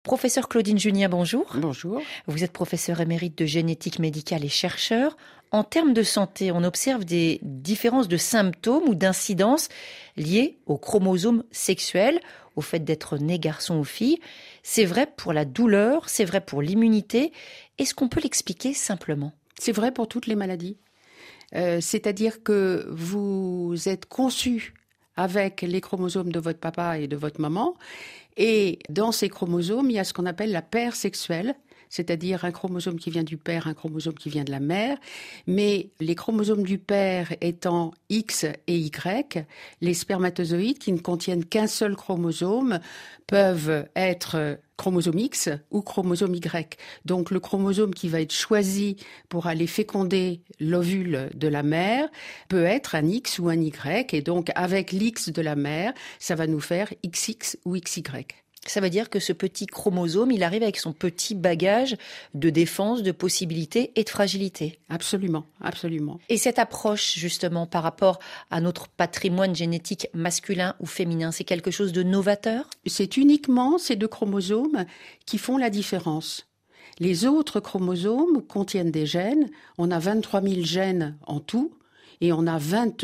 Professeur Claudine Junien, bonjour. Bonjour. Vous êtes professeur émérite de génétique médicale et chercheur. En termes de santé, on observe des différences de symptômes ou d'incidences liées aux chromosomes sexuels, au fait d'être né garçon ou fille. C'est vrai pour la douleur, c'est vrai pour l'immunité. Est-ce qu'on peut l'expliquer simplement ? C'est vrai pour toutes les maladies. C'est-à-dire que vous êtes conçu avec les chromosomes de votre papa et de votre maman. Et dans ces chromosomes, il y a ce qu'on appelle la paire sexuelle, c'est-à-dire un chromosome qui vient du père, un chromosome qui vient de la mère. Mais les chromosomes du père étant X et Y, les spermatozoïdes qui ne contiennent qu'un seul chromosome peuvent être chromosome X ou chromosome Y. Donc le chromosome qui va être choisi pour aller féconder l'ovule de la mère peut être un X ou un Y. Et donc avec l'X de la mère, ça va nous faire XX ou XY. Ça veut dire que ce petit chromosome, il arrive avec son petit bagage de défense, de possibilités et de fragilité. Absolument, absolument. Et cette approche, justement, par rapport à notre patrimoine génétique masculin ou féminin, c'est quelque chose de novateur ? C'est uniquement ces deux chromosomes qui font la différence. Les autres chromosomes contiennent des gènes. On a 23 000 gènes en tout. Et on a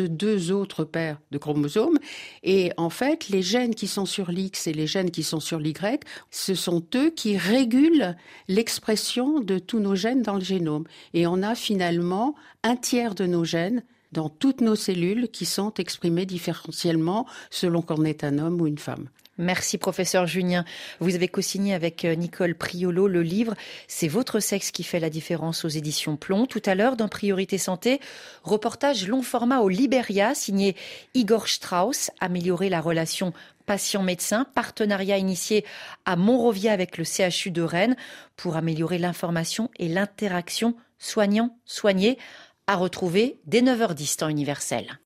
22 autres paires de chromosomes. Et en fait, les gènes qui sont sur l'X et les gènes qui sont sur l'Y, ce sont eux qui régulent l'expression de tous nos gènes dans le génome. Et on a finalement un tiers de nos gènes dans toutes nos cellules qui sont exprimés différentiellement selon qu'on est un homme ou une femme. Merci professeur Junien. Vous avez co-signé avec Nicole Priolo le livre « C'est votre sexe qui fait la différence » aux éditions Plomb. Tout à l'heure, dans Priorité Santé, reportage long format au Liberia, signé Igor Strauss, améliorer la relation patient-médecin, partenariat initié à Monrovia avec le CHU de Rennes pour améliorer l'information et l'interaction soignant-soigné, à retrouver dès 9h10 temps universel.